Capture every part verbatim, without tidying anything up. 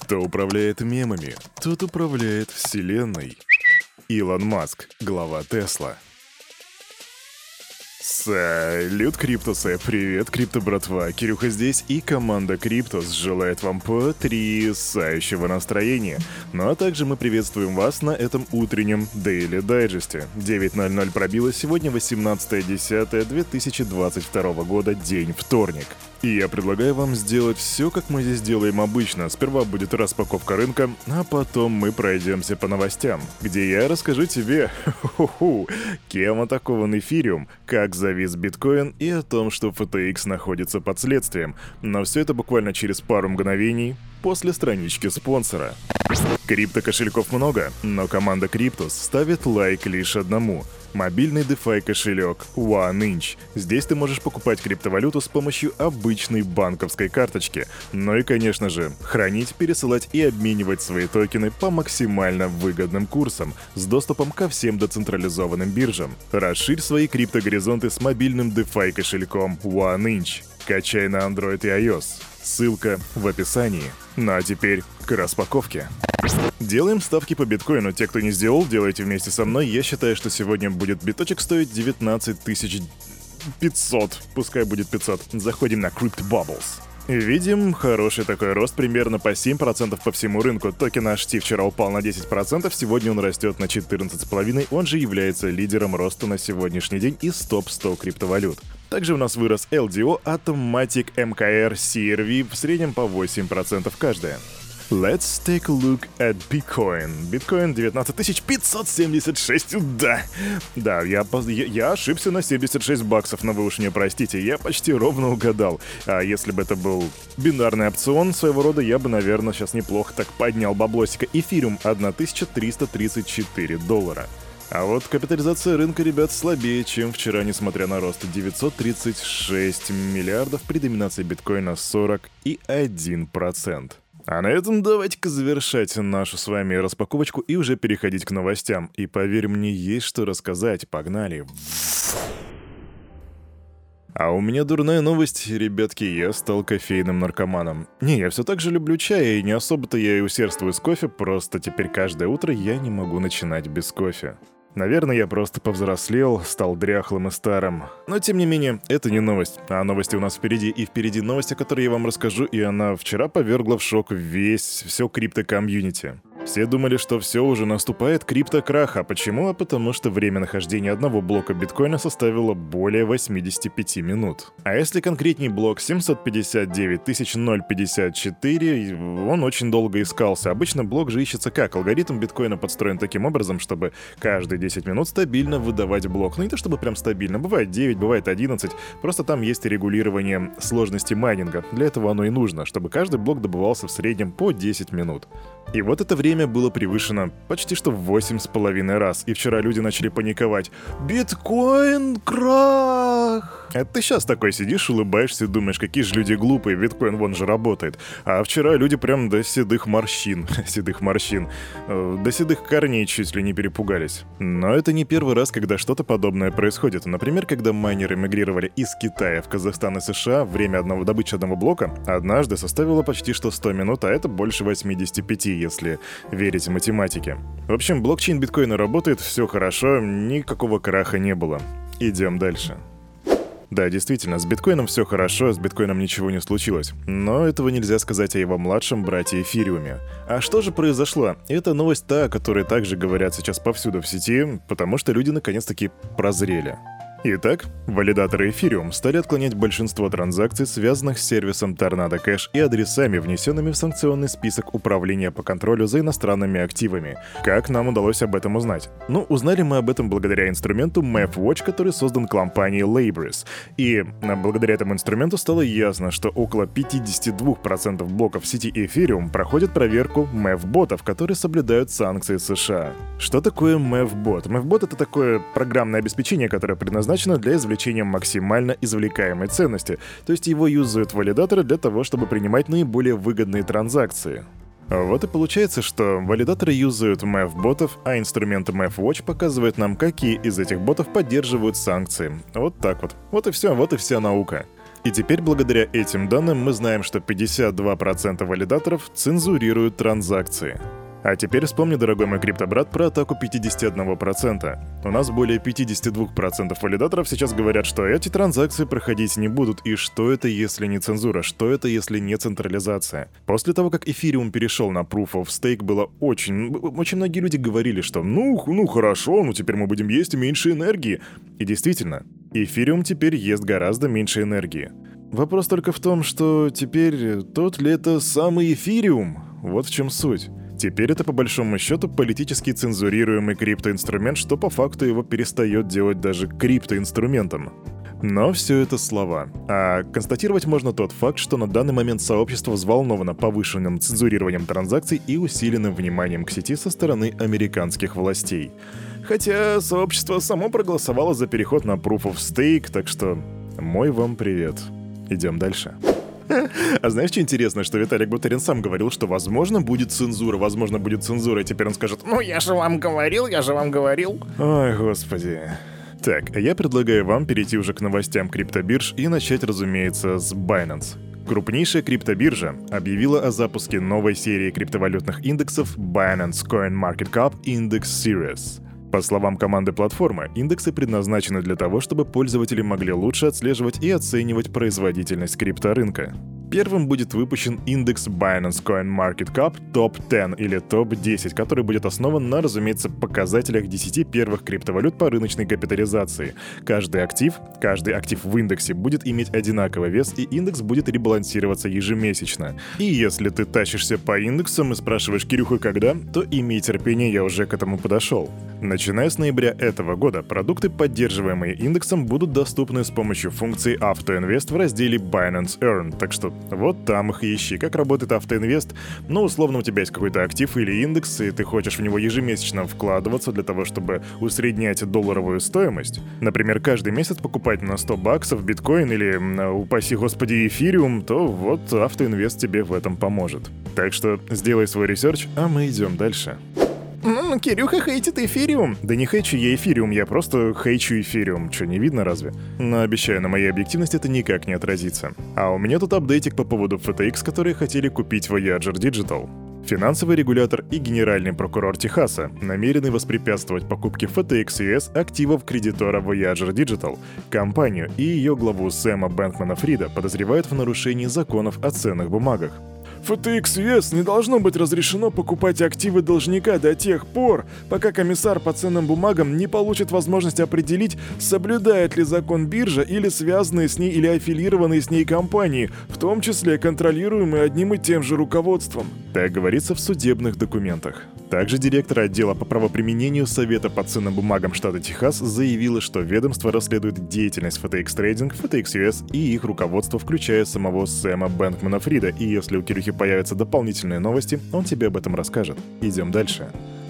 Кто управляет мемами, тот управляет вселенной. Илон Маск, глава Тесла. Салют, Криптусы! Привет, Крипто-братва! Кирюха здесь, и команда Криптус желает вам потрясающего настроения. Ну а также мы приветствуем вас на этом утреннем Daily Digest. девять ноль ноль пробило, сегодня восемнадцатое десятое две тысячи двадцать второго года, день вторник. И я предлагаю вам сделать все, как мы здесь делаем обычно. Сперва будет распаковка рынка, а потом мы пройдемся по новостям, где я расскажу тебе, ху-ху, кем атакован эфириум, как завис биткоин и о том, что эф ти экс находится под следствием. Но все это буквально через пару мгновений после странички спонсора. Крипто-кошельков много, но команда Криптус ставит лайк лишь одному. Мобильный DeFi кошелек OneInch. Здесь ты можешь покупать криптовалюту с помощью обычной банковской карточки. Ну и, конечно же, хранить, пересылать и обменивать свои токены по максимально выгодным курсам с доступом ко всем децентрализованным биржам. Расширь свои криптогоризонты с мобильным DeFi кошельком OneInch. Качай на Android и iOS. Ссылка в описании. Ну а теперь к распаковке. Делаем ставки по биткоину. Те, кто не сделал, делайте вместе со мной. Я считаю, что сегодня будет биточек стоить девятнадцать тысяч пятьсот. Пускай будет пятьсот. Заходим на CryptoBubbles. Видим хороший такой рост, примерно по семь процентов по всему рынку. Токен эйч ти вчера упал на десять процентов, сегодня он растет на четырнадцать целых пять десятых. Он же является лидером роста на сегодняшний день из топ сто криптовалют. Также у нас вырос эл ди о, Atom, Matic, эм ка эр, си эр ви в среднем по восемь процентов каждая. Let's take a look at Bitcoin. Биткоин девятнадцать тысяч пятьсот семьдесят шесть, да. Да, я, я, я ошибся на семьдесят шесть баксов, но вы уж мне простите, я почти ровно угадал. А если бы это был бинарный опцион своего рода, я бы, наверное, сейчас неплохо так поднял баблосика. Эфириум тысяча триста тридцать четыре доллара. А вот капитализация рынка, ребят, слабее, чем вчера, несмотря на рост девятьсот тридцать шесть миллиардов при доминации биткоина сорок один процент. А на этом давайте-ка завершать нашу с вами распаковочку и уже переходить к новостям. И поверь мне, есть что рассказать. Погнали. А у меня дурная новость, ребятки, я стал кофейным наркоманом. Не, я все так же люблю чай, и не особо-то я и усердствую с кофе, просто теперь каждое утро я не могу начинать без кофе. Наверное, я просто повзрослел, стал дряхлым и старым. Но, тем не менее, это не новость. А новости у нас впереди. И впереди новость, о которой я вам расскажу, и она вчера повергла в шок весь, все крипто-комьюнити. Все думали, что все уже наступает крипто-крах. А почему? А потому что время нахождения одного блока биткоина составило более восемьдесят пять минут. А если конкретней, блок семьсот пятьдесят девять тысяч пятьдесят четыре, он очень долго искался. Обычно блок же ищется как? Алгоритм биткоина подстроен таким образом, чтобы каждые десять минут стабильно выдавать блок. Ну не то чтобы прям стабильно, бывает девять, бывает одиннадцать, просто там есть регулирование сложности майнинга. Для этого оно и нужно, чтобы каждый блок добывался в среднем по десять минут. И вот это время было превышено почти что в восемь с половиной раз. И вчера люди начали паниковать. Биткоин крах! Это ты сейчас такой сидишь, улыбаешься и думаешь, какие же люди глупые, биткоин вон же работает. А вчера люди прям до седых морщин, седых морщин, э, до седых корней чуть ли не перепугались. Но это не первый раз, когда что-то подобное происходит. Например, когда майнеры мигрировали из Китая в Казахстан и США, время одного добычи одного блока однажды составило почти что сто минут, а это больше восемьдесят пять, если верить математике. В общем, блокчейн биткоина работает, все хорошо, никакого краха не было. Идем дальше. Да, действительно, с биткоином все хорошо, с биткоином ничего не случилось. Но этого нельзя сказать о его младшем брате эфириуме. А что же произошло? Это новость та, о которой также говорят сейчас повсюду в сети, потому что люди наконец-таки прозрели. Итак, валидаторы Ethereum стали отклонять большинство транзакций, связанных с сервисом Tornado Cash и адресами, внесенными в санкционный список Управления по контролю за иностранными активами. Как нам удалось об этом узнать? Ну, узнали мы об этом благодаря инструменту MapWatch, который создан компанией Labris. И благодаря этому инструменту стало ясно, что около пятьдесят два процента блоков в сети Ethereum проходят проверку мэв-ботов, которые соблюдают санкции США. Что такое мэв-бот? мэв-бот — это такое программное обеспечение, которое предназначено для извлечения максимально извлекаемой ценности, то есть его юзают валидаторы для того, чтобы принимать наиболее выгодные транзакции. Вот и получается, что валидаторы юзают мэв-ботов, а инструмент MapWatch показывает нам, какие из этих ботов поддерживают санкции. Вот так вот. Вот и все, вот и вся наука. И теперь благодаря этим данным мы знаем, что пятьдесят два процента валидаторов цензурируют транзакции. А теперь вспомни, дорогой мой криптобрат, про атаку пятьдесят один процент. У нас более пятьдесят два процента валидаторов сейчас говорят, что эти транзакции проходить не будут, и что это если не цензура, что это если не централизация. После того, как эфириум перешел на Proof of Stake, было очень... Очень многие люди говорили, что ну, ну хорошо, ну теперь мы будем есть меньше энергии. И действительно, эфириум теперь ест гораздо меньше энергии. Вопрос только в том, что теперь тот ли это самый эфириум? Вот в чем суть. Теперь это по большому счету политически цензурируемый криптоинструмент, что по факту его перестает делать даже криптоинструментом. Но все это слова. А констатировать можно тот факт, что на данный момент сообщество взволновано повышенным цензурированием транзакций и усиленным вниманием к сети со стороны американских властей. Хотя сообщество само проголосовало за переход на Proof of Stake, так что мой вам привет. Идем дальше. А знаешь, что интересно, что Виталик Бутерин сам говорил, что возможно будет цензура, возможно будет цензура, и теперь он скажет: «Ну я же вам говорил, я же вам говорил». Ой, господи. Так, а я предлагаю вам перейти уже к новостям криптобирж и начать, разумеется, с Binance. Крупнейшая криптобиржа объявила о запуске новой серии криптовалютных индексов Binance CoinMarketCap Index Series. По словам команды платформы, индексы предназначены для того, чтобы пользователи могли лучше отслеживать и оценивать производительность крипторынка. Первым будет выпущен индекс Binance CoinMarketCap топ десять или топ десять, который будет основан на, разумеется, показателях десяти первых криптовалют по рыночной капитализации. Каждый актив, каждый актив в индексе будет иметь одинаковый вес, и индекс будет ребалансироваться ежемесячно. И если ты тащишься по индексам и спрашиваешь: «Кирюха, когда?», то имей терпение, я уже к этому подошел. Начиная с ноября этого года, продукты, поддерживаемые индексом, будут доступны с помощью функции автоинвест в разделе Binance Earn, так что вот там их и ищи. Как работает автоинвест? Ну, условно, у тебя есть какой-то актив или индекс, и ты хочешь в него ежемесячно вкладываться для того, чтобы усреднять долларовую стоимость. Например, каждый месяц покупать на сто баксов биткоин или, упаси господи, эфириум, то вот автоинвест тебе в этом поможет. Так что сделай свой ресерч, а мы идем дальше. Ну, Кирюха хейтит эфириум. Да не хейчу я эфириум, я просто хейчу эфириум. Че, не видно разве? Но обещаю, на моей объективности это никак не отразится. А у меня тут апдейтик по поводу эф ти экс, которые хотели купить Voyager Digital. Финансовый регулятор и генеральный прокурор Техаса намерены воспрепятствовать покупке эф ти экс ю эс активов кредитора Voyager Digital. Компанию и ее главу Сэма Бэнкмана-Фрида подозревают в нарушении законов о ценных бумагах. эф ти экс ю эс не должно быть разрешено покупать активы должника до тех пор, пока комиссар по ценным бумагам не получит возможность определить, соблюдает ли закон биржа или связанные с ней или аффилированные с ней компании, в том числе контролируемые одним и тем же руководством. Так говорится в судебных документах. Также директор отдела по правоприменению Совета по ценным бумагам штата Техас заявила, что ведомство расследует деятельность эф ти экс Trading, эф ти экс ю эс и их руководство, включая самого Сэма Бэнкмана-Фрида, и если у Кирюхи появятся дополнительные новости, он тебе об этом расскажет. Идем дальше.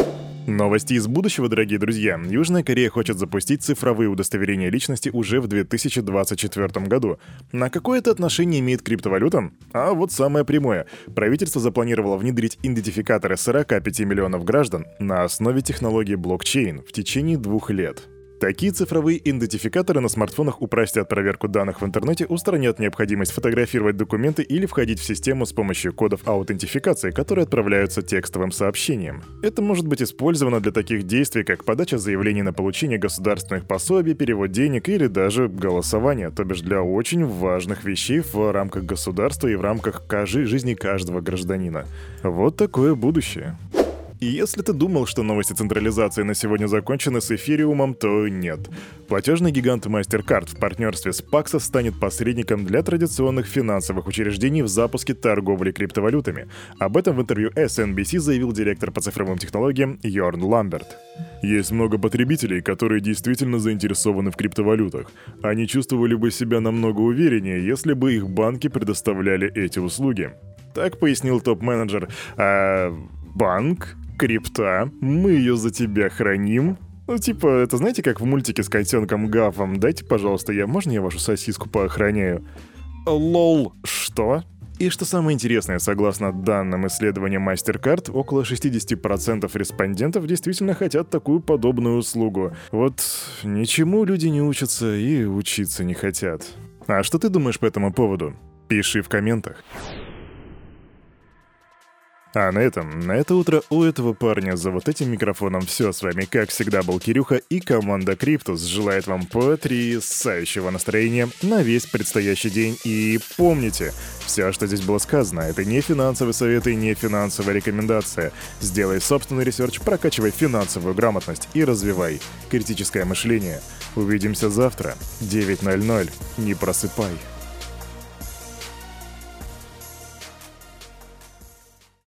Новости из будущего, дорогие друзья. Южная Корея хочет запустить цифровые удостоверения личности уже в две тысячи двадцать четвёртом году. На какое это отношение имеет криптовалюта? А вот самое прямое. Правительство запланировало внедрить идентификаторы сорок пять миллионов граждан на основе технологии блокчейн в течение двух лет. Такие цифровые идентификаторы на смартфонах упростят проверку данных в интернете, устранят необходимость фотографировать документы или входить в систему с помощью кодов аутентификации, которые отправляются текстовым сообщением. Это может быть использовано для таких действий, как подача заявлений на получение государственных пособий, перевод денег или даже голосование, то бишь для очень важных вещей в рамках государства и в рамках жизни каждого гражданина. Вот такое будущее. И если ты думал, что новости централизации на сегодня закончены с эфириумом, то нет. Платежный гигант MasterCard в партнерстве с Paxos станет посредником для традиционных финансовых учреждений в запуске торговли криптовалютами. Об этом в интервью эс эн би си заявил директор по цифровым технологиям Йорн Ламберт. Есть много потребителей, которые действительно заинтересованы в криптовалютах. Они чувствовали бы себя намного увереннее, если бы их банки предоставляли эти услуги. Так пояснил топ-менеджер. А банк? Крипта, мы ее за тебя храним. Ну, типа, это знаете, как в мультике с котенком Гафом? Дайте, пожалуйста, я, можно я вашу сосиску поохраняю? Лол, что? И что самое интересное, согласно данным исследования MasterCard, около шестьдесят процентов респондентов действительно хотят такую подобную услугу. Вот ничему люди не учатся и учиться не хотят. А что ты думаешь по этому поводу? Пиши в комментах. А на этом, на это утро у этого парня за вот этим микрофоном все. С вами, как всегда, был Кирюха, и команда Криптус желает вам потрясающего настроения на весь предстоящий день. И помните, все, что здесь было сказано, это не финансовый совет и не финансовая рекомендация. Сделай собственный ресерч, прокачивай финансовую грамотность и развивай критическое мышление. Увидимся завтра, девять ноль ноль. Не просыпай.